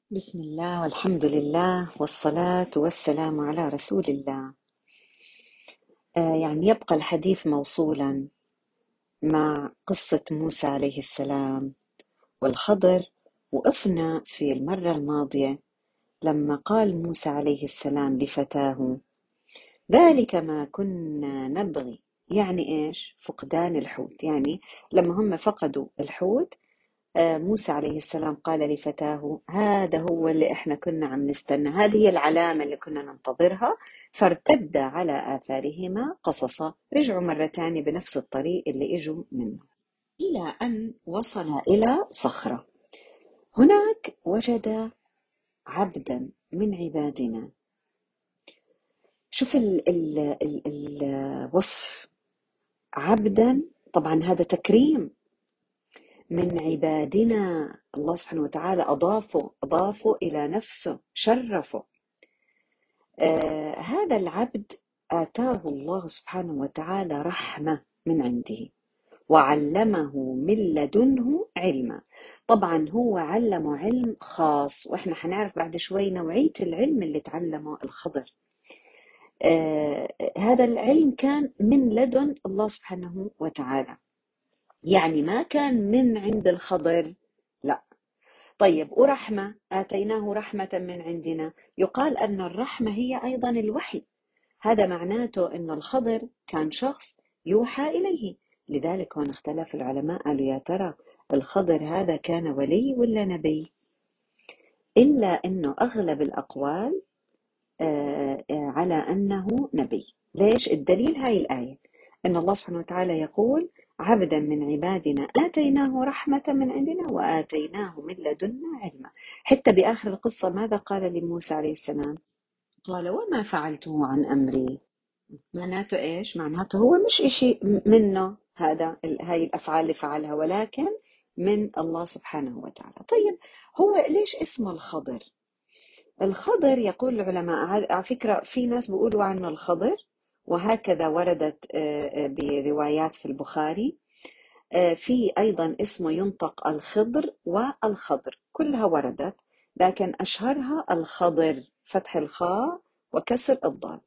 بسم الله والحمد لله والصلاة والسلام على رسول الله. يعني يبقى الحديث موصولا مع قصة موسى عليه السلام والخضر. وقفنا في المرة الماضية لما قال موسى عليه السلام لفتاه: ذلك ما كنا نبغي. يعني إيش؟ فقدان الحوت. يعني لما هم فقدوا الحوت، موسى عليه السلام قال لفتاه: هذا هو اللي احنا كنا عم نستنى، هذه هي العلامة اللي كنا ننتظرها. فارتدا على آثارهما قصصا، رجعوا مرة تانية بنفس الطريق اللي اجوا منه، إلى أن وصل إلى صخرة. هناك وجد عبدا من عبادنا. شوف الوصف: عبدا. طبعا هذا تكريم من عبادنا. الله سبحانه وتعالى أضافه إلى نفسه، شرفه. هذا العبد آتاه الله سبحانه وتعالى رحمة من عنده، وعلمه من لدنه علما. طبعا هو علمه علم خاص، وإحنا حنعرف بعد شوي نوعية العلم اللي تعلمه الخضر. هذا العلم كان من لدن الله سبحانه وتعالى، يعني ما كان من عند الخضر، لا. طيب، ورحمة، آتيناه رحمة من عندنا. يقال أن الرحمة هي أيضا الوحي. هذا معناته أن الخضر كان شخص يوحى إليه. لذلك هون اختلف العلماء، قالوا: يا ترى الخضر هذا كان ولي ولا نبي؟ إلا أنه أغلب الأقوال على أنه نبي. ليش؟ الدليل هاي الآية، أن الله سبحانه وتعالى يقول: عبدا من عبادنا آتيناه رحمة من عندنا وآتيناه من لدنا علما. حتى بآخر القصة ماذا قال لموسى عليه السلام؟ قال: وما فعلته عن أمري. معناته إيش؟ معناته هو مش إشي منه، هاي الأفعال اللي فعلها، ولكن من الله سبحانه وتعالى. طيب، هو ليش اسمه الخضر؟ الخضر يقول العلماء، على فكرة في ناس بيقولوا عنه الخضر، وهكذا وردت بروايات في البخاري. في أيضا اسمه ينطق الخضر والخضر، كلها وردت، لكن أشهرها الخضر، فتح الخاء وكسر الضاد.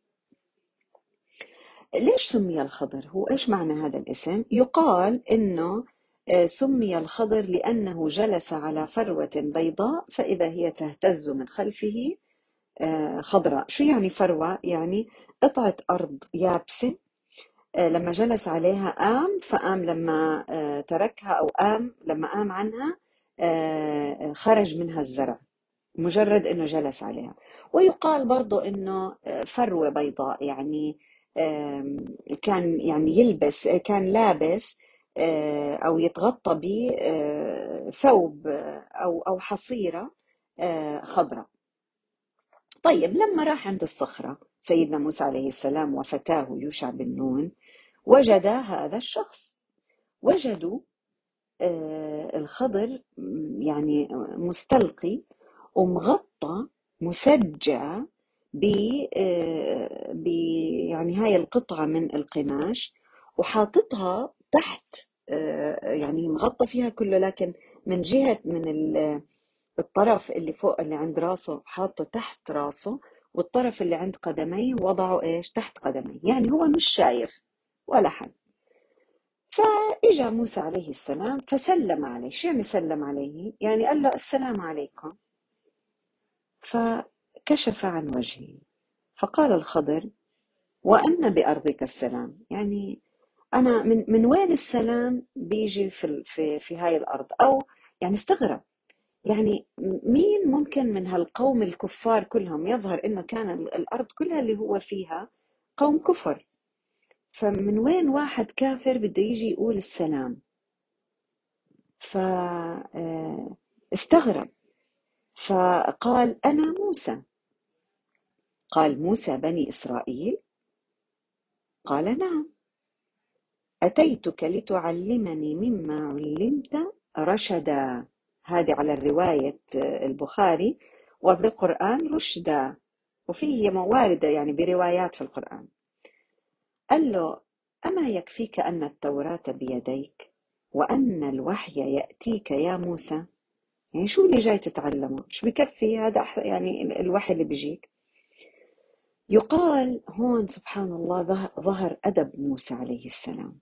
ليش سمي الخضر؟ هو إيش معنى هذا الاسم؟ يقال إنه سمي الخضر لأنه جلس على فروة بيضاء فإذا هي تهتز من خلفه خضراء. شو يعني فروة؟ يعني قطعة أرض يابسة، لما جلس عليها فقام لما تركها، أو لما قام عنها خرج منها الزرع، مجرد أنه جلس عليها. ويقال برضو أنه فروة بيضاء، يعني كان يعني يلبس، كان لابس أو يتغطى بثوب أو حصيرة خضراء. طيب، لما راح عند الصخرة سيدنا موسى عليه السلام وفتاه يوشع بن نون، وجد هذا الشخص. وجدوا الخضر يعني مستلقي ومغطى، مسجع ب يعني هاي القطعة من القماش، وحاططها تحت، يعني مغطى فيها كله، لكن من جهة من الطرف اللي فوق اللي عند راسه حاطه تحت راسه، والطرف اللي عند قدميه وضعه ايش؟ تحت قدميه، يعني هو مش شايف ولا حد. فإجا موسى عليه السلام فسلم عليه. شو يعني سلم عليه؟ يعني قال له: السلام عليكم. فكشف عن وجهه، فقال الخضر: وأن بأرضك السلام. يعني أنا من وين السلام بيجي في هاي الأرض؟ أو يعني استغرب، يعني مين ممكن من هالقوم الكفار كلهم، يظهر إنه كان الأرض كلها اللي هو فيها قوم كفر، فمن وين واحد كافر بده يجي يقول السلام؟ فاستغرب، فقال: أنا موسى. قال: موسى بني إسرائيل؟ قال: نعم. أتيتك لتعلمني مما علمت رشدا. هذه على الرواية البخاري، وفي القرآن رشدا، وفيه واردة يعني بروايات في القرآن. قال له: أما يكفيك أن التوراة بيديك وأن الوحي يأتيك يا موسى؟ يعني شو اللي جاي تتعلمه؟ مش بكفي هذا يعني الوحي اللي بيجيك. يقال هون سبحان الله ظهر أدب موسى عليه السلام،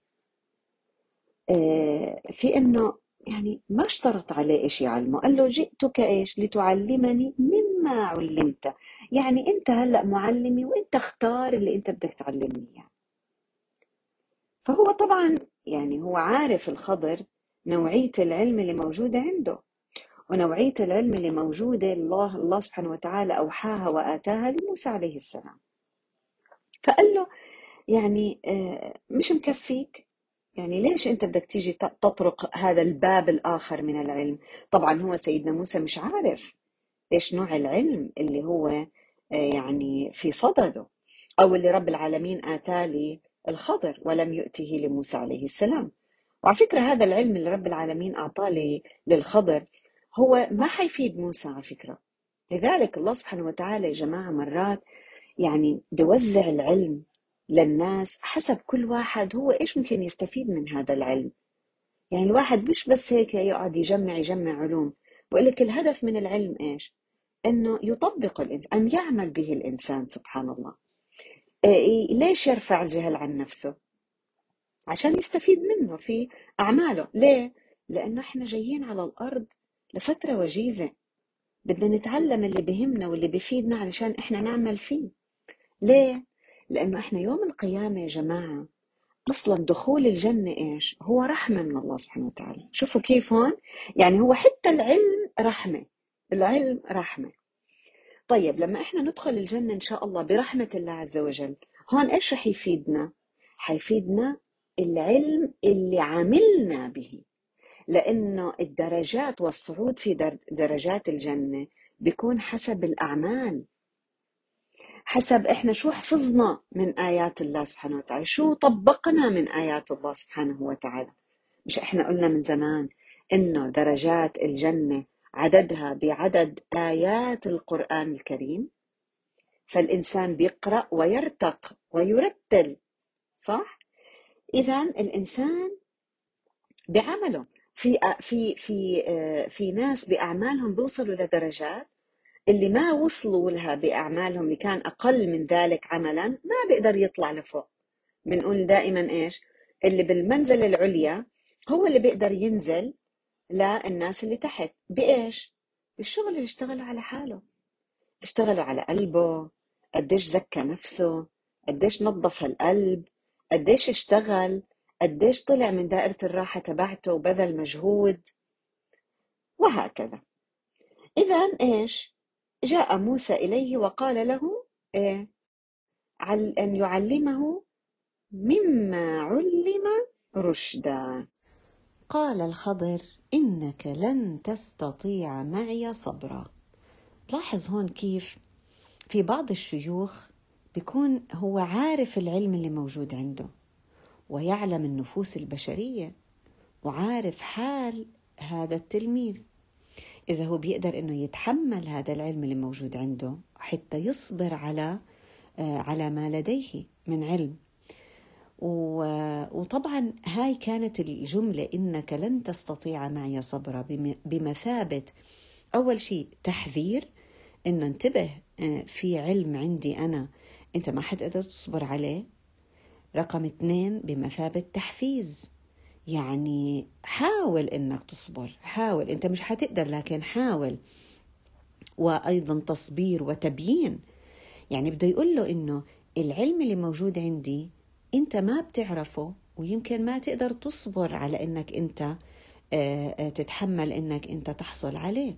في إنه يعني ما اشترط عليه إيش يعلمه، قال له جئتك إيش لتعلمني مما علمت، يعني أنت هلأ معلمي وأنت اختار اللي أنت بدك تعلمني يعني. فهو طبعا يعني هو عارف الخضر نوعية العلم اللي موجودة عنده، ونوعية العلم اللي موجودة الله سبحانه وتعالى أوحاها وآتاها لموسى عليه السلام. فقال له يعني مش مكفيك، يعني ليش أنت بدك تيجي تطرق هذا الباب الآخر من العلم؟ طبعا هو سيدنا موسى مش عارف إيش نوع العلم اللي هو يعني في صدده، أو اللي رب العالمين آتاه للخضر ولم يؤته لموسى عليه السلام. وعلى فكرة هذا العلم اللي رب العالمين أعطاه للخضر هو ما حيفيد موسى على فكرة. لذلك الله سبحانه وتعالى يا جماعة مرات يعني بيوزع العلم للناس حسب كل واحد هو إيش ممكن يستفيد من هذا العلم. يعني الواحد مش بس هيك يقعد يجمع علوم، بقول لك الهدف من العلم إيش؟ إنه يطبق الإنسان، أن يعمل به الإنسان سبحان الله. ليش يرفع الجهل عن نفسه؟ عشان يستفيد منه في أعماله. ليه؟ لأنه إحنا جايين على الأرض لفترة وجيزة، بدنا نتعلم اللي بهمنا واللي بيفيدنا علشان إحنا نعمل فيه. ليه؟ لأنه إحنا يوم القيامة يا جماعة أصلا دخول الجنة إيش؟ هو رحمة من الله سبحانه وتعالى. شوفوا كيف هون، يعني هو حتى العلم رحمة، العلم رحمة. طيب لما إحنا ندخل الجنة إن شاء الله برحمة الله عز وجل، هون إيش رح يفيدنا؟ حيفيدنا العلم اللي عملنا به، لأنه الدرجات والصعود في درجات الجنة بيكون حسب الأعمال، حسب إحنا شو حفظنا من آيات الله سبحانه وتعالى، شو طبقنا من آيات الله سبحانه وتعالى. مش إحنا قلنا من زمان إنه درجات الجنة عددها بعدد آيات القرآن الكريم، فالإنسان بيقرأ ويرتق ويرتل، صح؟ إذن الإنسان بعمله في ناس بأعمالهم بيوصلوا لدرجات اللي ما وصلوا لها بأعمالهم اللي كان أقل من ذلك عملا ما بيقدر يطلع لفوق. بنقول دائما إيش؟ اللي بالمنزلة العليا هو اللي بيقدر ينزل للناس اللي تحت بإيش؟ بالشغل اللي اشتغلوا على حاله، اشتغلوا على قلبه، قديش زكى نفسه، قديش نظف القلب، قديش اشتغل، قديش طلع من دائرة الراحة تبعته وبذل مجهود، وهكذا. إذن إيش؟ جاء موسى إليه وقال له إيه؟ أن يعلمه مما علم رشدا. قال الخضر إنك لن تستطيع معي صبرا. لاحظ هون كيف في بعض الشيوخ بيكون هو عارف العلم اللي موجود عنده ويعلم النفوس البشرية وعارف حال هذا التلميذ، إذا هو بيقدر إنه يتحمل هذا العلم اللي موجود عنده حتى يصبر على ما لديه من علم. وطبعا هاي كانت الجملة إنك لن تستطيع معي صبرا بمثابة أول شيء تحذير، إنه انتبه في علم عندي أنا أنت ما حتقدر تصبر عليه. رقم 2 بمثابة تحفيز، يعني حاول إنك تصبر، حاول، أنت مش حتقدر لكن حاول. وأيضا تصبير وتبيين، يعني بده يقول له إنه العلم اللي موجود عندي أنت ما بتعرفه ويمكن ما تقدر تصبر على إنك أنت تتحمل إنك أنت تحصل عليه.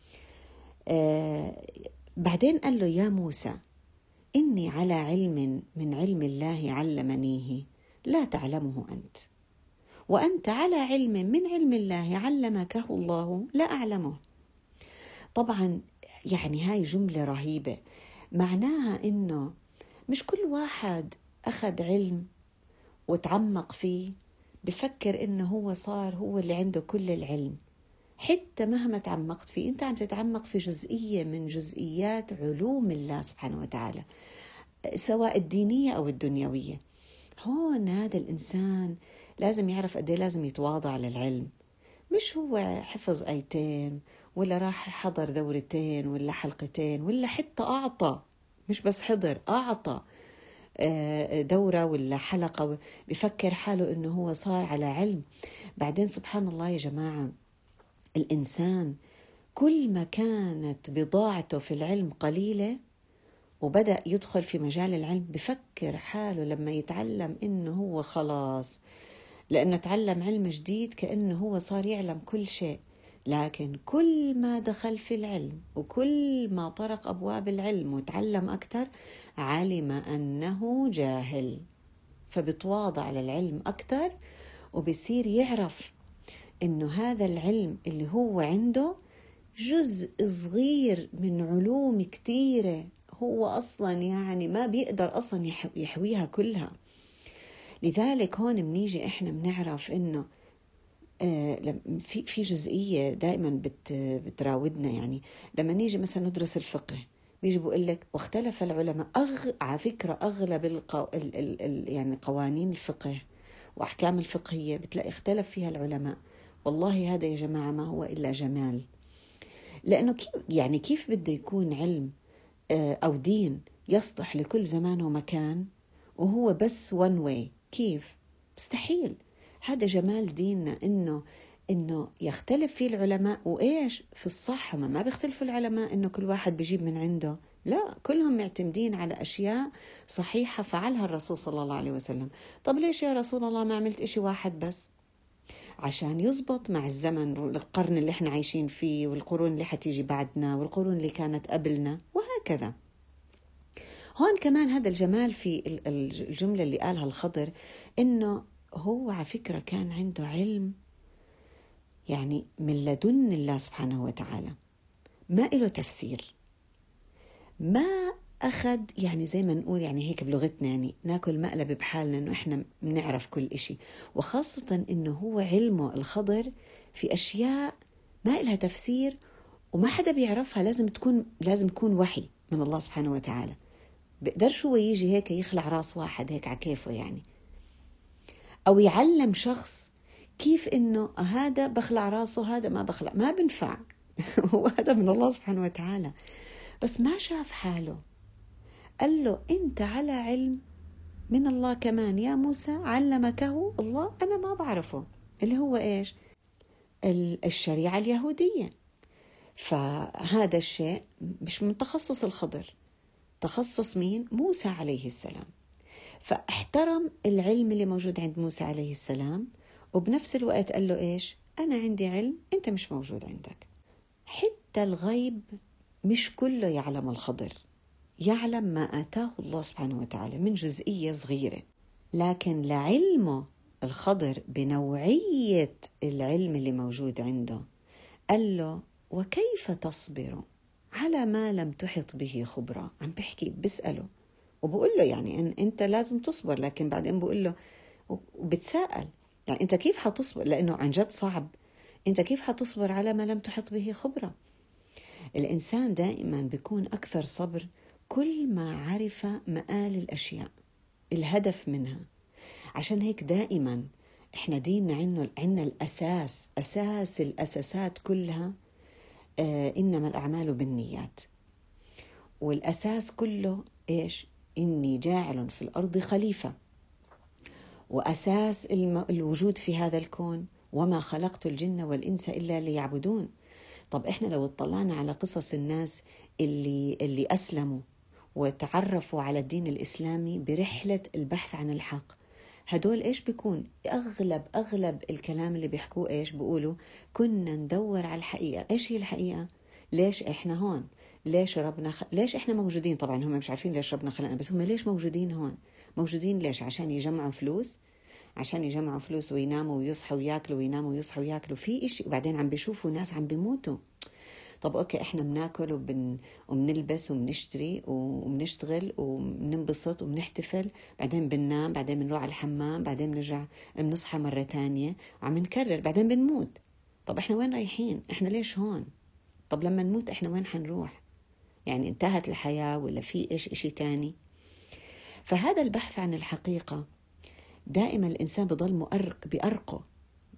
بعدين قال له يا موسى إني على علم من علم الله علمنيه لا تعلمه أنت، وأنت على علم من علم الله علمكه الله لا أعلمه. طبعا يعني هاي جملة رهيبة، معناها إنه مش كل واحد أخذ علم وتعمق فيه بفكر إنه هو صار هو اللي عنده كل العلم. حتى مهما تعمقت فيه أنت عم تتعمق في جزئية من جزئيات علوم الله سبحانه وتعالى، سواء الدينية أو الدنيوية. هون هذا الإنسان لازم يعرف قد إيه لازم يتواضع للعلم، مش هو حفظ آيتين ولا راح حضر دورتين ولا حلقتين ولا حتى أعطى، مش بس حضر، أعطى دورة ولا حلقة، بفكر حاله إنه هو صار على علم. بعدين سبحان الله يا جماعة، الإنسان كل ما كانت بضاعته في العلم قليلة وبدأ يدخل في مجال العلم، بفكر حاله لما يتعلم إنه هو خلاص، لأنه تعلم علم جديد كأنه هو صار يعلم كل شيء. لكن كل ما دخل في العلم وكل ما طرق أبواب العلم وتعلم أكثر، علم أنه جاهل، فبتواضع للعلم أكثر، وبصير يعرف إنه هذا العلم اللي هو عنده جزء صغير من علوم كتيرة، هو أصلا يعني ما بيقدر أصلا يحويها كلها. لذلك هون بنيجي إحنا بنعرف إنه في جزئية دائما بتراودنا. يعني لما نيجي مثلا ندرس الفقه، بيجي بقول لك واختلف العلماء. على فكرة أغلب يعني قوانين الفقه وأحكام الفقهية بتلاقي اختلف فيها العلماء. والله هذا يا جماعة ما هو إلا جمال، لأنه كيف بده يكون علم أو دين يصلح لكل زمان ومكان وهو بس one way؟ كيف؟ مستحيل. هذا جمال ديننا، إنه يختلف فيه العلماء. وإيش في الصح ما بيختلفوا العلماء إنه كل واحد بيجيب من عنده، لا، كلهم معتمدين على أشياء صحيحة فعلها الرسول صلى الله عليه وسلم. طب ليش يا رسول الله ما عملت إشي واحد بس؟ عشان يزبط مع الزمن، القرن اللي احنا عايشين فيه والقرون اللي حتيجي بعدنا والقرون اللي كانت قبلنا وهكذا. هون كمان هذا الجمال في الجملة اللي قالها الخضر، إنه هو على فكرة كان عنده علم يعني من لدن الله سبحانه وتعالى، ما إله تفسير، ما أخذ يعني زي ما نقول يعني هيك بلغتنا يعني ناكل مقلب بحالنا إنه إحنا بنعرف كل إشي. وخاصة إنه هو علمه الخضر في أشياء ما إلها تفسير وما حدا بيعرفها، لازم تكون وحي من الله سبحانه وتعالى. بقدرش هو يجي هيك يخلع راس واحد هيك على كيفه يعني، أو يعلم شخص كيف إنه هذا بخلع راسه هذا ما بخلع، ما بنفع. وهذا من الله سبحانه وتعالى. بس ما شاف حاله، قال له أنت على علم من الله كمان يا موسى، علمكه الله، أنا ما بعرفه، اللي هو إيش؟ الشريعة اليهودية. فهذا الشيء مش من تخصص الخضر، تخصص مين؟ موسى عليه السلام. فاحترم العلم اللي موجود عند موسى عليه السلام، وبنفس الوقت قال له إيش؟ أنا عندي علم أنت مش موجود عندك. حتى الغيب مش كله يعلم الخضر، يعلم ما آتاه الله سبحانه وتعالى من جزئية صغيرة، لكن لعلمه الخضر بنوعية العلم اللي موجود عنده قال له وكيف تصبر على ما لم تحط به خبرة. عم بحكي بسأله وبقول له يعني أنت لازم تصبر، لكن بعدين بقول له وبتساءل يعني أنت كيف حتصبر، لأنه عن جد صعب. أنت كيف حتصبر على ما لم تحط به خبرة؟ الإنسان دائما بيكون أكثر صبر كل ما عرف مآل الأشياء، الهدف منها. عشان هيك دائما إحنا ديننا عنا الأساس، أساس الأساسات كلها إنما الأعمال بالنيات. والأساس كله إيش؟ إني جاعل في الأرض خليفة. وأساس الوجود في هذا الكون وما خلقت الجن والإنس إلا ليعبدون. طب إحنا لو اطلعنا على قصص الناس اللي أسلموا وتعرفوا على الدين الإسلامي برحلة البحث عن الحق، هدول إيش بيكون؟ أغلب الكلام اللي بيحكوه إيش بيقولوا؟ كنا ندور على الحقيقة. إيش هي الحقيقة؟ ليش إحنا هون؟ ليش ليش إحنا موجودين؟ طبعا هم مش عارفين ليش ربنا خلقنا، بس هم ليش موجودين هون؟ موجودين ليش؟ عشان يجمعوا فلوس، عشان يجمعوا فلوس ويناموا ويصحوا وياكلوا ويناموا ويصحوا وياكلوا في إشي، وبعدين عم بيشوفوا ناس عم بيموتوا. طب أوكي إحنا بناكل وبنلبس وبنشتري وبنشتغل وبننبسط وبنحتفل، بعدين بننام، بعدين بنروح على الحمام، بعدين بنرجع بنصحى مرة تانية وعم نكرر، بعدين بنموت. طب إحنا وين رايحين؟ إحنا ليش هون؟ طب لما نموت إحنا وين حنروح؟ يعني انتهت الحياة ولا في إشي تاني؟ فهذا البحث عن الحقيقة دائما الإنسان بضل بأرقه.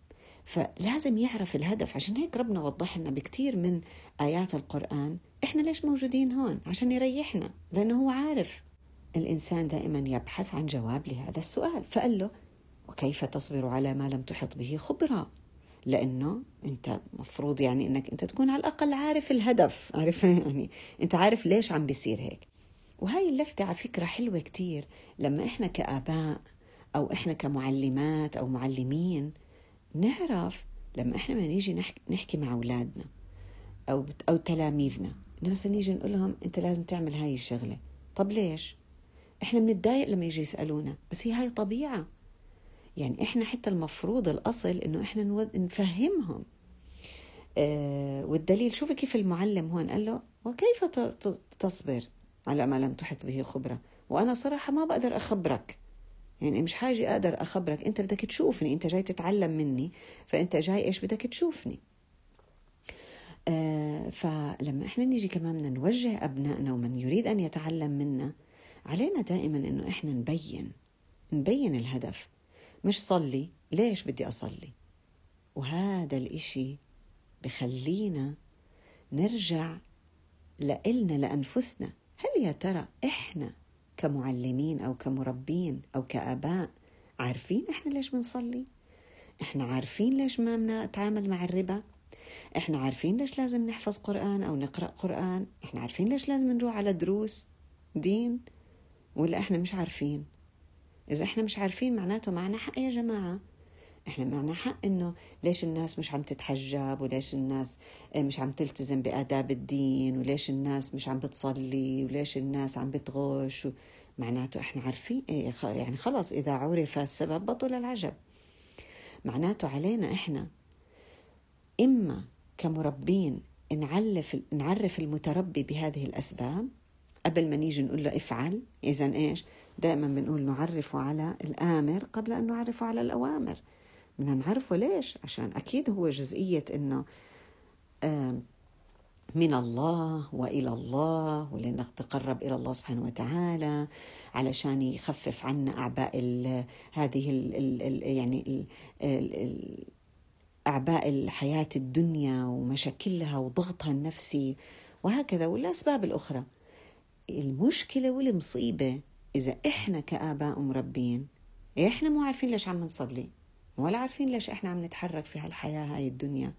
فلازم يعرف الهدف. عشان هيك ربنا وضح لنا بكتير من آيات القرآن إحنا ليش موجودين هون، عشان يريحنا، لأنه هو عارف الإنسان دائما يبحث عن جواب لهذا السؤال. فقال له وكيف تصبر على ما لم تحط به خبرة، لأنه أنت مفروض يعني أنك أنت تكون على الأقل عارف الهدف، عارف يعني أنت عارف ليش عم بيصير هيك. وهاي اللفتة على فكرة حلوة كتير لما إحنا كآباء أو إحنا كمعلمات أو معلمين نعرف لما إحنا ما نيجي نحكي مع أولادنا أو تلاميذنا، مثلا نيجي نقول لهم أنت لازم تعمل هاي الشغلة. طب ليش؟ إحنا بنتضايق لما يجي يسألونا، بس هي هاي طبيعة. يعني إحنا حتى المفروض الأصل إنه إحنا نفهمهم. والدليل شوفي كيف المعلم هون قال له وكيف تصبر على ما لم تحط به خبرة، وأنا صراحة ما بقدر أخبرك، يعني مش حاجة أقدر أخبرك، أنت بدك تشوفني، أنت جاي تتعلم مني، فأنت جاي إيش بدك تشوفني. فلما إحنا نيجي كمان بدنا نوجه أبنائنا ومن يريد أن يتعلم منا، علينا دائما إنه إحنا نبين الهدف. مش صلي، ليش بدي أصلي؟ وهذا الإشي بخلينا نرجع لإلنا لأنفسنا. هل يا ترى إحنا كمعلمين أو كمربين أو كآباء عارفين إحنا ليش بنصلي؟ إحنا عارفين ليش ما بنتعامل مع الربا؟ إحنا عارفين ليش لازم نحفظ قرآن أو نقرأ قرآن؟ إحنا عارفين ليش لازم نروح على دروس دين؟ ولا إحنا مش عارفين؟ إذا إحنا مش عارفين معناته معنا حق يا جماعة. إحنا معنا حق إنه ليش الناس مش عم تتحجب، وليش الناس مش عم تلتزم بآداب الدين، وليش الناس مش عم بتصلي، وليش الناس عم بتغش. معناته إحنا عارفين يعني خلاص إذا عرف السبب بطل العجب. معناته علينا إحنا إما كمربين نعرف المتربي بهذه الأسباب قبل ما نيجي نقول له افعل. إذن إيش دائما بنقول نعرفه على الآمر قبل أن نعرفه على الأوامر. بدنا نعرفه ليش؟ عشان أكيد هو جزئية إنه من الله وإلى الله، ولنتقرب إلى الله سبحانه وتعالى علشان يخفف عنا أعباء هذه يعني أعباء الحياة الدنيا ومشاكلها وضغطها النفسي وهكذا والأسباب الأخرى. المشكلة والمصيبة إذا إحنا كآباء ومربين إحنا مو عارفين ليش عم نصلي، ولا عارفين ليش إحنا عم نتحرك في هالحياة هاي الدنيا.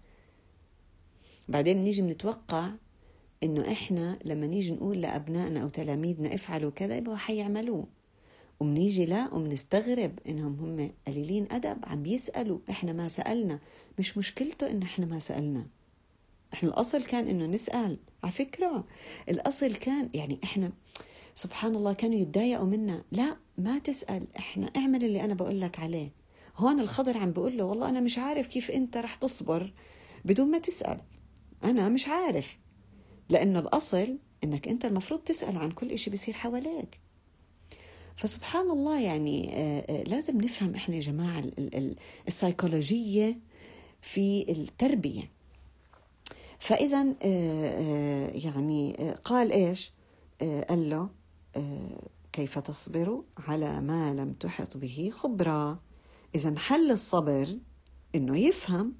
بعدين نيجي نتوقع إنه إحنا لما نيجي نقول لأبنائنا أو تلاميذنا افعلوا كذا يبقوا حيعملوه، ومنيجي لا ومنستغرب إنهم هم قليلين أدب عم بيسألوا، إحنا ما سألنا. مش مشكلته إن إحنا ما سألنا، إحنا الأصل كان إنه نسأل. على فكرة الأصل كان يعني إحنا سبحان الله كانوا يتضايقوا منا، لا ما تسأل، إحنا اعمل اللي أنا بقول لك عليه. هون الخضر عم بقول له والله أنا مش عارف كيف أنت رح تصبر بدون ما تسأل، أنا مش عارف. لأنه الأصل إنك أنت المفروض تسأل عن كل إشي بيصير حواليك. فسبحان الله يعني لازم نفهم إحنا يا جماعة السيكولوجية في التربية. فإذا يعني قال إيش؟ قال له كيف تصبر على ما لم تحط به خبرة. إذا حل الصبر إنه يفهم،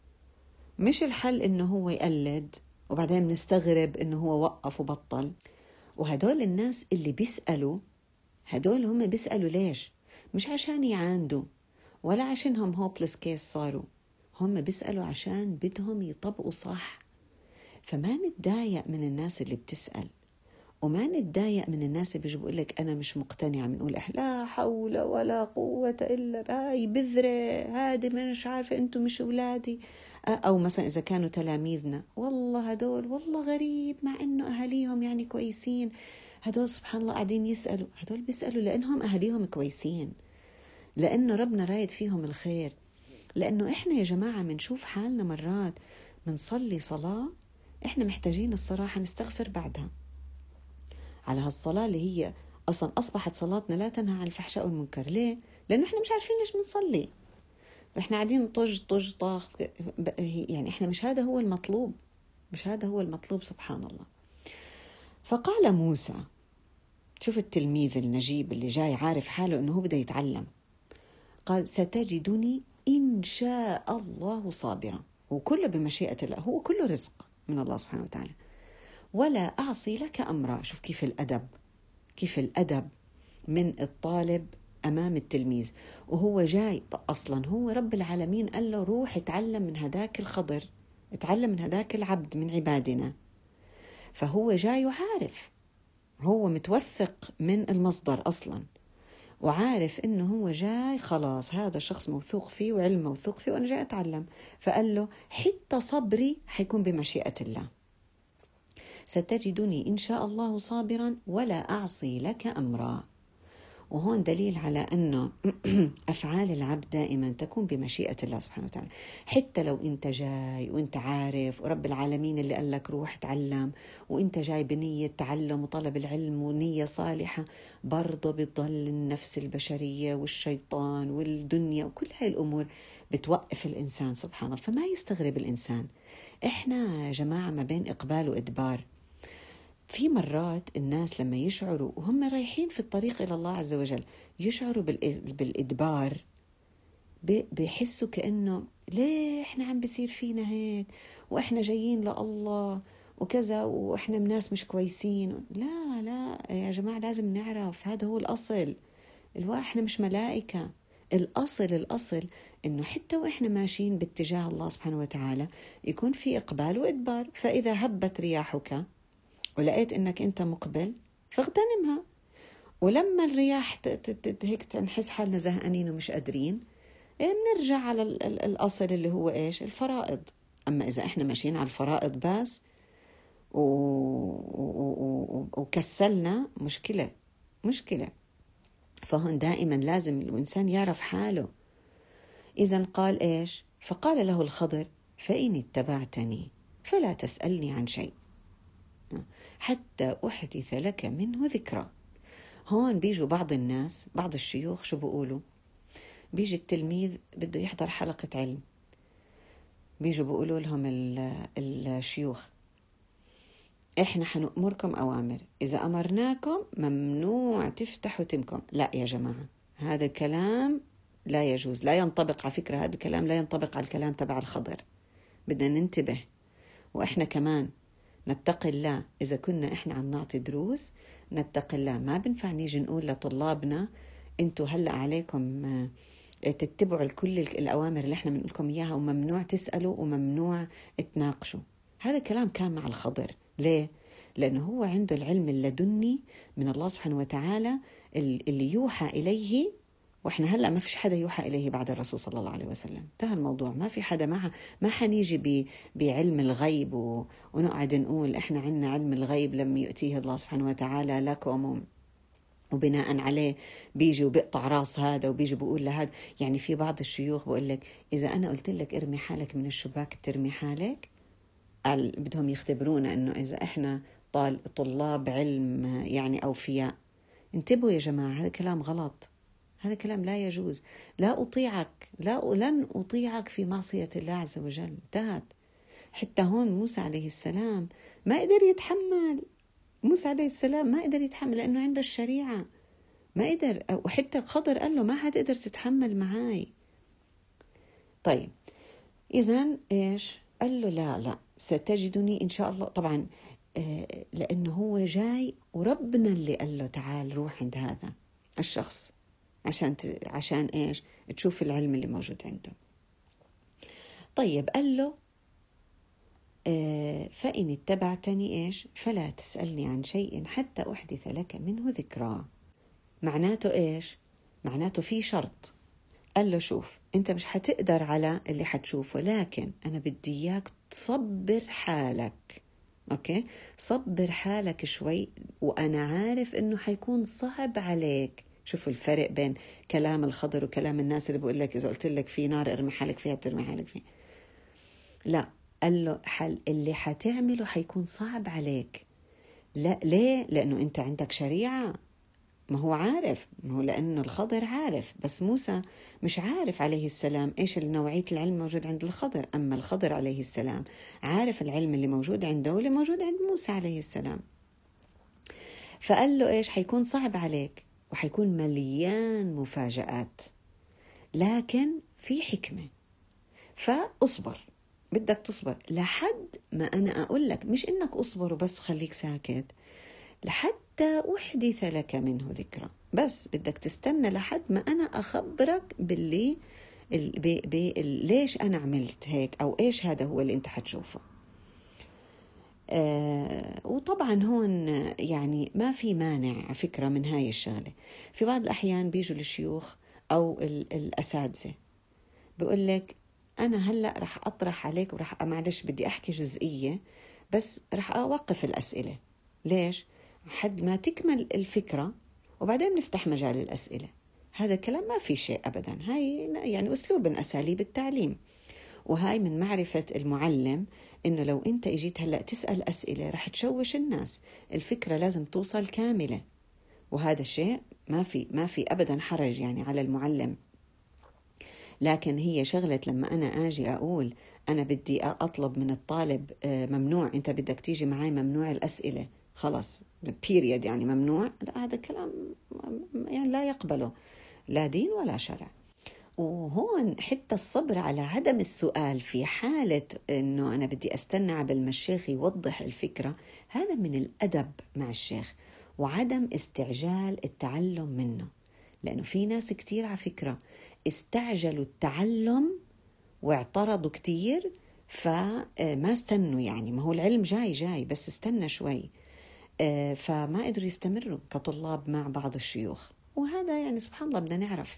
مش الحل إنه هو يقلد وبعدين نستغرب إنه هو وقف وبطل. وهدول الناس اللي بيسألوا، هدول هم بيسألوا ليش؟ مش عشان يعاندوا ولا عشانهم هوبلس كيس صاروا، هم بيسألوا عشان بدهم يطبقوا صح. فما نتضايق من الناس اللي بتسأل، وما نتضايق من الناس اللي بيجوا لك أنا مش مقتنعة، بنقول لا حول ولا قوة إلا هاي بذرة، هذه مش عارفة أنتم مش أولادي. أو مثلا إذا كانوا تلاميذنا والله هدول والله غريب مع إنه أهاليهم يعني كويسين، هدول سبحان الله قاعدين يسألوا. هدول بيسألوا لأنهم أهاليهم كويسين، لأنه ربنا رايد فيهم الخير. لأنه إحنا يا جماعة منشوف حالنا مرات منصلي صلاة إحنا محتاجين الصراحة نستغفر بعدها على هالصلاة اللي هي أصلا أصبحت صلاتنا لا تنهى عن الفحشاء والمنكر. ليه؟ لأنه إحنا مش عارفين ليش بنصلي، إحنا قاعدين طج طاخ، يعني إحنا مش هذا هو المطلوب، مش هذا هو المطلوب سبحان الله. فقال موسى، شوف التلميذ النجيب اللي جاي عارف حاله إنه هو بده يتعلم، قال ستجدني إن شاء الله صابرا، وكله بمشيئة الله، هو كله رزق من الله سبحانه وتعالى. ولا أعصي لك أمرا. شوف كيف الأدب، كيف الأدب من الطالب أمام التلميذ، وهو جاي أصلا هو رب العالمين قال له روح اتعلم من هداك الخضر، اتعلم من هداك العبد من عبادنا. فهو جاي وعارف، هو متوثق من المصدر أصلا، وعارف إنه هو جاي خلاص هذا الشخص موثوق فيه وعلم موثوق فيه وأنا جاي أتعلم. فقال له حتى صبري حيكون بمشيئة الله، ستجدني إن شاء الله صابرا ولا أعصي لك أمرا. وهون دليل على أنه أفعال العبد دائما تكون بمشيئة الله سبحانه وتعالى. حتى لو أنت جاي وأنت عارف ورب العالمين اللي قال لك روح تعلم وأنت جاي بنية تعلم وطلب العلم ونية صالحة، برضه بتضل النفس البشرية والشيطان والدنيا وكل هاي الأمور بتوقف الإنسان سبحان الله. فما يستغرب الإنسان، إحنا يا جماعة ما بين إقبال وإدبار. في مرات الناس لما يشعروا وهم رايحين في الطريق إلى الله عز وجل يشعروا بالإدبار، بيحسوا كأنه ليه إحنا عم بيصير فينا هيك وإحنا جايين لله وكذا وإحنا ناس مش كويسين. لا لا يا جماعة، لازم نعرف هذا هو الأصل. إحنا مش ملائكة. الأصل إنه حتى وإحنا ماشيين باتجاه الله سبحانه وتعالى يكون في إقبال وإدبار. فإذا هبت رياحك ولقيت إنك أنت مقبل فاغتنمها، ولما الرياح هيك تنحس حالنا زهقانين ومش قادرين، بنرجع على الأصل اللي هو إيش؟ الفرائض. أما إذا إحنا ماشيين على الفرائض بس وكسلنا، مشكلة. فهون دائما لازم الإنسان يعرف حاله. إذن قال إيش؟ فقال له الخضر فإن اتبعتني فلا تسألني عن شيء حتى أحدث لك منه ذكرى. هون بيجوا بعض الناس، بعض الشيوخ شو بيقولوا؟ بيجي التلميذ بده يحضر حلقة علم، بيجوا بيقولوا لهم الشيوخ إحنا حنأمركم أوامر، إذا أمرناكم ممنوع تفتحوا تمكم. لا يا جماعة، هذا الكلام لا يجوز، لا ينطبق. على فكرة هذا الكلام لا ينطبق على الكلام تبع الخضر. بدنا ننتبه وإحنا كمان نتقي الله. إذا كنا إحنا عم نعطي دروس نتقي الله. ما بنفع نيجي نقول لطلابنا أنتوا هلأ عليكم تتبعوا كل الأوامر اللي إحنا بنقولكم إياها وممنوع تسألوا وممنوع تناقشوا. هذا كلام كان مع الخضر. ليه؟ لأنه هو عنده العلم اللدني من الله سبحانه وتعالى اللي يوحى إليه، وإحنا هلأ ما فيش حدا يوحى إليه بعد الرسول صلى الله عليه وسلم. انتهى الموضوع. ما في حدا، ما حنيجي بعلم الغيب ونقعد نقول إحنا عنا علم الغيب لم يؤتيه الله سبحانه وتعالى لكم، وبناء عليه بيجي وبيقطع راس هذا وبيجي بيقول لهذا. يعني في بعض الشيوخ بقول لك إذا أنا قلت لك ارمي حالك من الشباك بترمي حالك. بدهم يختبرونا إنه إذا إحنا طلاب علم يعني أوفياء. انتبهوا يا جماعة، هذا كلام غلط، هذا كلام لا يجوز. لا أطيعك، لن أطيعك في معصية الله عز وجل. انتهت. حتى هون موسى عليه السلام ما قدر يتحمل. موسى عليه السلام ما قدر يتحمل لأنه عنده الشريعة، ما قدر. وحتى خضر قال له ما حتقدر تتحمل معاي. طيب إذن إيش قال له؟ لا ستجدني إن شاء الله. طبعا لأنه هو جاي وربنا اللي قال له تعال روح عند هذا الشخص عشان إيش؟ تشوف العلم اللي موجود عنده. طيب قال له فإن اتبعتني إيش؟ فلا تسألني عن شيء حتى أحدث لك منه ذكرى. معناته إيش؟ معناته في شرط. قال له شوف أنت مش حتقدر على اللي حتشوفه، لكن أنا بدي إياك تصبر حالك. أوكي؟ صبر حالك شوي، وأنا عارف إنه حيكون صعب عليك. شوفوا الفرق بين كلام الخضر وكلام الناس اللي بقول لك إذا قلت لك في نار ارمي حالك فيها بترمي حالك فيها. لا، قال له اللي حتعمله حيكون صعب عليك. لا ليه؟ لأنه أنت عندك شريعة. ما هو عارف، ما هو لأنه الخضر عارف، بس موسى مش عارف عليه السلام إيش نوعية العلم موجود عند الخضر. أما الخضر عليه السلام عارف العلم اللي موجود عنده واللي موجود عند موسى عليه السلام. فقال له إيش؟ حيكون صعب عليك وحيكون مليان مفاجآت، لكن في حكمة. فاصبر، بدك تصبر لحد ما أنا أقول لك، مش إنك أصبر وبس وخليك ساكت، لحتى أحدث لك منه ذكرى. بس بدك تستنى لحد ما أنا أخبرك باللي ليش أنا عملت هيك، أو إيش هذا هو اللي أنت حتشوفه. وطبعا هون يعني ما في مانع فكرة من هاي الشغلة. في بعض الأحيان بيجوا الشيوخ أو الأساتذة بيقول لك أنا هلأ رح أطرح عليك، ورح معلش بدي أحكي جزئية بس، رح أوقف الأسئلة. ليش؟ حد ما تكمل الفكرة وبعدين نفتح مجال الأسئلة. هذا الكلام ما في شيء أبدا. هاي يعني أسلوب من أساليب التعليم، وهاي من معرفة المعلم إنه لو أنت إجيت هلأ تسأل أسئلة رح تشوش الناس. الفكرة لازم توصل كاملة، وهذا الشيء ما في أبدا حرج يعني على المعلم. لكن هي شغلة لما أنا آجي أقول أنا بدي أطلب من الطالب ممنوع، أنت بدك تيجي معي ممنوع الأسئلة، خلاص period يعني ممنوع، لا، هذا الكلام يعني لا يقبله لا دين ولا شرع. وهون حتى الصبر على عدم السؤال في حالة أنه أنا بدي أستنى عبال ما الشيخ يوضح الفكرة، هذا من الأدب مع الشيخ وعدم استعجال التعلم منه. لأنه في ناس كتير على فكرة استعجلوا التعلم واعترضوا كتير، فما استنوا، يعني ما هو العلم جاي بس استنى شوي، فما قدروا يستمروا كطلاب مع بعض الشيوخ. وهذا يعني سبحان الله بدنا نعرف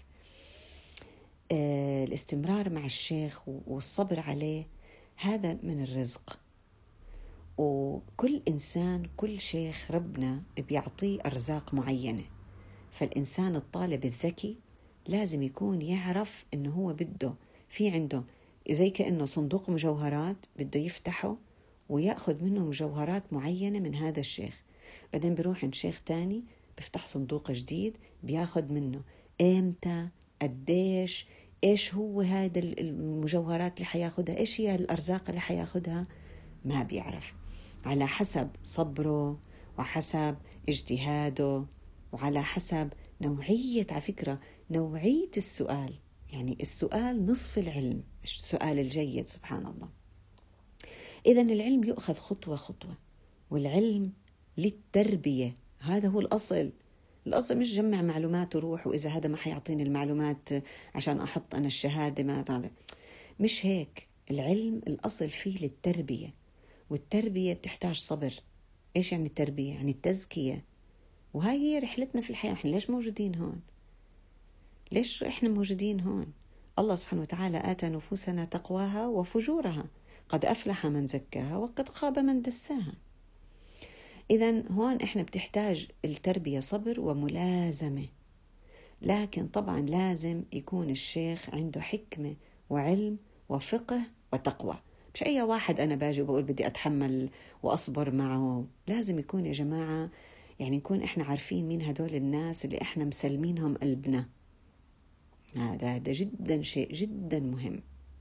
الاستمرار مع الشيخ والصبر عليه هذا من الرزق. وكل إنسان كل شيخ ربنا بيعطيه أرزاق معينة. فالإنسان الطالب الذكي لازم يكون يعرف إنه هو بده في عنده زي كأنه صندوق مجوهرات بده يفتحه ويأخذ منه مجوهرات معينة من هذا الشيخ، بعدين بيروح عند شيخ تاني بيفتح صندوق جديد بياخذ منه. إمتى؟ قديش؟ إيش هو هذا المجوهرات اللي حياخدها؟ إيش هي الأرزاق اللي حياخدها؟ ما بيعرف. على حسب صبره وحسب اجتهاده وعلى حسب نوعية، على فكرة نوعية السؤال، يعني السؤال نصف العلم، السؤال الجيد سبحان الله. إذن العلم يؤخذ خطوة خطوة، والعلم للتربية، هذا هو الأصل. الأصل مش جمع معلومات وروح، وإذا هذا ما حيعطيني المعلومات عشان أحط أنا الشهادة ما طالع، مش هيك. العلم الأصل فيه للتربية، والتربية بتحتاج صبر. إيش يعني التربية؟ يعني التزكية. وهاي هي رحلتنا في الحياة. إحنا ليش موجودين هون؟ ليش إحنا موجودين هون؟ الله سبحانه وتعالى آتى نفوسنا تقواها وفجورها، قد أفلح من زكاها وقد خاب من دساها. إذن هون إحنا بتحتاج التربية صبر وملازمة، لكن طبعا لازم يكون الشيخ عنده حكمة وعلم وفقه وتقوى. مش أي واحد أنا باجي وبقول بدي أتحمل وأصبر معه. لازم يكون يا جماعة يعني نكون إحنا عارفين مين هدول الناس اللي إحنا مسلمينهم قلبنا. هذا جدا شيء جدا مهم.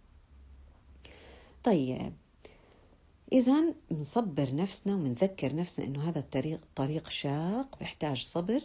طيب إذن نصبر نفسنا ومنذكر نفسنا إنه هذا الطريق طريق شاق بيحتاج صبر،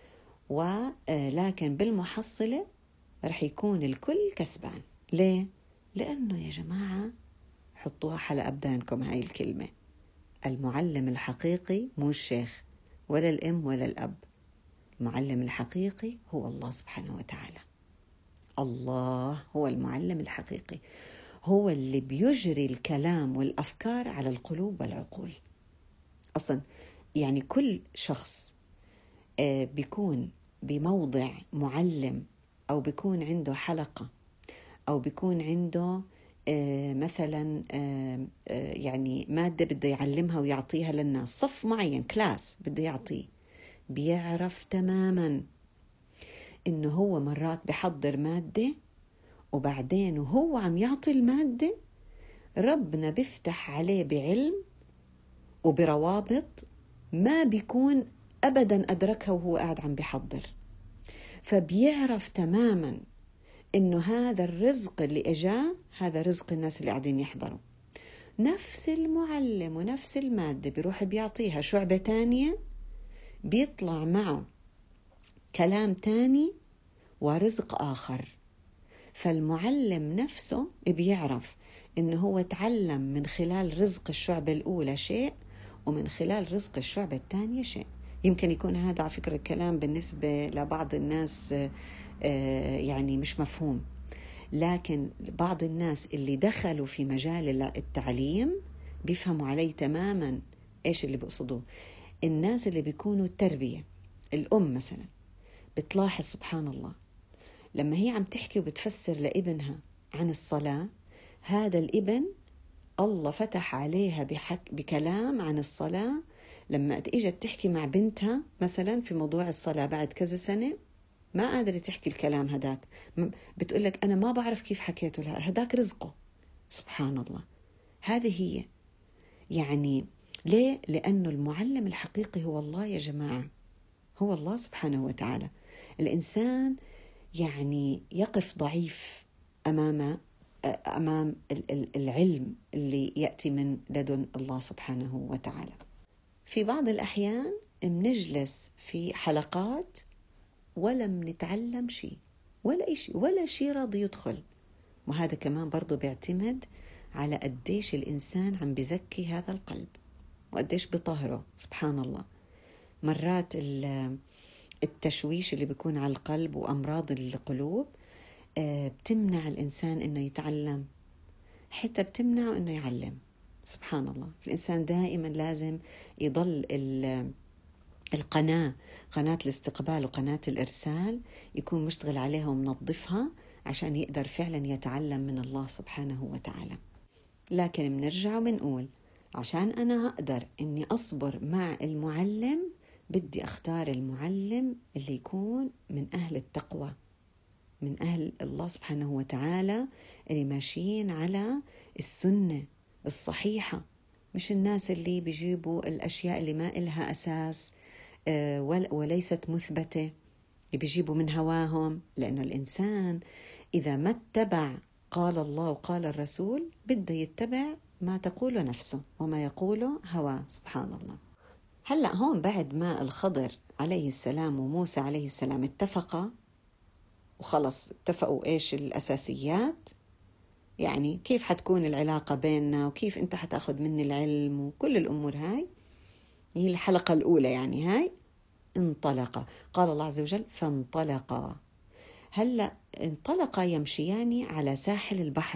ولكن بالمحصلة رح يكون الكل كسبان. ليه؟ لأنه يا جماعة حطوها حلقة أبدانكم هاي الكلمة، المعلم الحقيقي مو الشيخ ولا الأم ولا الأب. المعلم الحقيقي هو الله سبحانه وتعالى. الله هو المعلم الحقيقي، هو اللي بيجري الكلام والأفكار على القلوب والعقول. أصلا يعني كل شخص بيكون بموضع معلم، أو بيكون عنده حلقة، أو بيكون عنده مثلا يعني مادة بده يعلمها ويعطيها للناس، صف معين كلاس بده يعطيه، بيعرف تماما إنه هو مرات بحضر مادة وبعدين وهو عم يعطي المادة ربنا بيفتح عليه بعلم وبروابط ما بيكون أبدا أدركها وهو قاعد عم بيحضر. فبيعرف تماما إنه هذا الرزق اللي إجاه هذا رزق الناس اللي قاعدين يحضروا. نفس المعلم ونفس المادة بيروح بيعطيها شعبة تانية، بيطلع معه كلام تاني ورزق آخر. فالمعلم نفسه بيعرف إنه هو تعلم من خلال رزق الشعبة الأولى شيء، ومن خلال رزق الشعبة الثانية شيء. يمكن يكون هذا على فكرة الكلام بالنسبة لبعض الناس يعني مش مفهوم، لكن بعض الناس اللي دخلوا في مجال التعليم بيفهموا عليه تماما إيش اللي بقصدوه. الناس اللي بيكونوا التربية، الأم مثلا بتلاحظ سبحان الله لما هي عم تحكي وبتفسر لابنها عن الصلاة، هذا الابن الله فتح عليها بكلام عن الصلاة. لما اجت تحكي مع بنتها مثلا في موضوع الصلاة بعد كذا سنة، ما قادرة تحكي الكلام هداك، بتقولك أنا ما بعرف كيف حكيته لها، هداك رزقه. سبحان الله. هذه هي يعني ليه؟ لأنه المعلم الحقيقي هو الله يا جماعة، هو الله سبحانه وتعالى. الإنسان يعني يقف ضعيف أمام العلم اللي يأتي من لدن الله سبحانه وتعالى. في بعض الأحيان بنجلس في حلقات ولم نتعلم شيء، ولا شيء راضي يدخل. وهذا كمان برضو بيعتمد على قديش الإنسان عم بزكي هذا القلب وقديش بطهره. سبحان الله. مرات التشويش اللي بيكون على القلب وأمراض القلوب بتمنع الإنسان إنه يتعلم، حتى بتمنعه إنه يعلم. سبحان الله. الإنسان دائما لازم يضل قناة الاستقبال وقناة الإرسال يكون مشتغل عليها ومنظفها عشان يقدر فعلا يتعلم من الله سبحانه وتعالى. لكن بنرجع وبنقول عشان أنا أقدر إني أصبر مع المعلم، بدي أختار المعلم اللي يكون من أهل التقوى، من أهل الله سبحانه وتعالى، اللي ماشيين على السنة الصحيحة، مش الناس اللي بيجيبوا الأشياء اللي ما إلها أساس وليست مثبتة، بيجيبوا من هواهم. لأن الإنسان إذا ما اتبع قال الله وقال الرسول بده يتبع ما تقوله نفسه وما يقوله هواه. سبحان الله. هلأ هون بعد ما الخضر عليه السلام وموسى عليه السلام اتفقا وخلص اتفقوا إيش الأساسيات، يعني كيف حتكون العلاقة بيننا وكيف أنت حتأخذ مني العلم وكل الأمور هاي، هي الحلقة الأولى يعني هاي. انطلقا، قال الله عز وجل فانطلقا. هلأ انطلقا يمشيان على ساحل البحر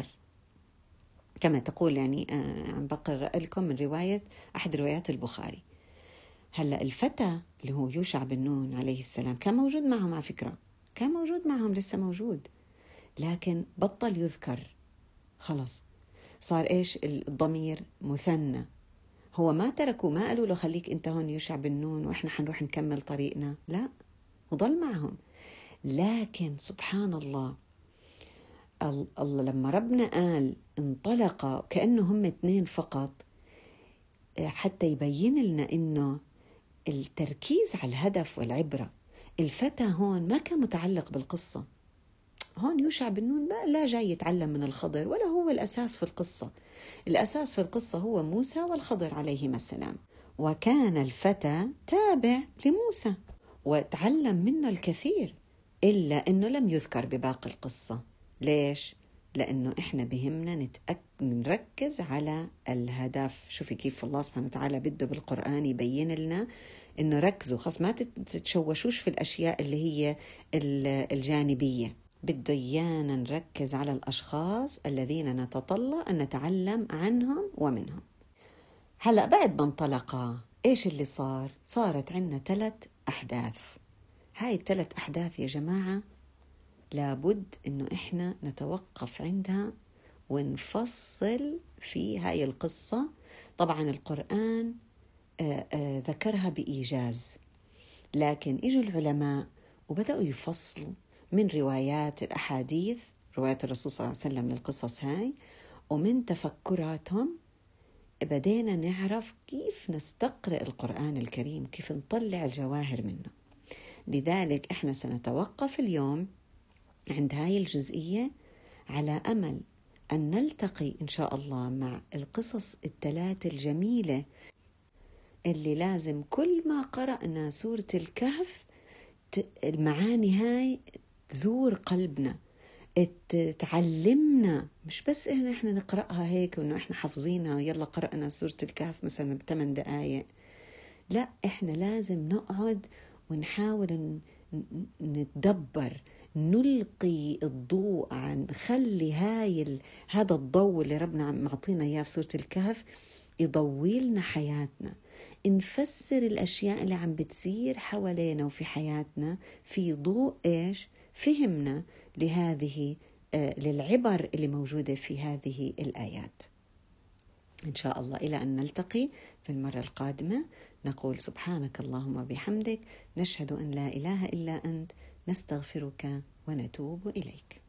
كما تقول، يعني عم بقرأ لكم من رواية أحد روايات البخاري. هلأ الفتى اللي هو يوشع بن نون عليه السلام كان موجود معهم، على فكرة كان موجود معهم، لسه موجود، لكن بطل يذكر. خلص صار إيش الضمير مثنى. هو ما تركوا، ما قالوا له خليك أنت هون يوشع بن نون وإحنا حنروح نكمل طريقنا، لا، وضل معهم. لكن سبحان الله، الله لما ربنا قال انطلق كأنه هم اثنين فقط، حتى يبين لنا إنه التركيز على الهدف والعبرة. الفتى هون ما كان متعلق بالقصة، هون يوشع بن نون لا جاي يتعلم من الخضر ولا هو الأساس في القصة. الأساس في القصة هو موسى والخضر عليهما السلام، وكان الفتى تابع لموسى وتعلم منه الكثير، إلا أنه لم يذكر بباقي القصة. ليش؟ لأنه إحنا بهمنا نركز على الهدف. شوفي كيف الله سبحانه وتعالى بده بالقرآن يبين لنا إنه ركزوا، خاص ما تتشوشوش في الأشياء اللي هي الجانبية. بده إيانا نركز على الأشخاص الذين نتطلع أن نتعلم عنهم ومنهم. هلأ بعد ما انطلقا إيش اللي صار؟ صارت عندنا 3 أحداث. هاي ال3 أحداث يا جماعة لابد إنه إحنا نتوقف عندها ونفصل في هاي القصة. طبعا القرآن ذكرها بإيجاز، لكن إجوا العلماء وبدأوا يفصلوا من روايات الأحاديث، روايات الرسول صلى الله عليه وسلم للقصص هاي، ومن تفكراتهم بدينا نعرف كيف نستقرأ القرآن الكريم، كيف نطلع الجواهر منه. لذلك إحنا سنتوقف اليوم عند هاي الجزئية على أمل أن نلتقي إن شاء الله مع القصص ال3 الجميلة اللي لازم كل ما قرأنا سورة الكهف المعاني هاي تزور قلبنا، تعلمنا، مش بس إن إحنا نقرأها هيك وإنه إحنا حافظينها يلا قرأنا سورة الكهف مثلا ب8 دقايق. لا، إحنا لازم نقعد ونحاول نتدبر، نلقي الضوء عن خلي هذا الضوء اللي ربنا معطينا إياه في سورة الكهف يضوي لنا حياتنا، نفسر الأشياء اللي عم بتصير حوالينا وفي حياتنا في ضوء إيش؟ فهمنا لهذه للعبر اللي موجودة في هذه الآيات. إن شاء الله إلى أن نلتقي في المرة القادمة، نقول سبحانك اللهم وبحمدك، نشهد أن لا إله إلا أنت، نستغفرك ونتوب إليك.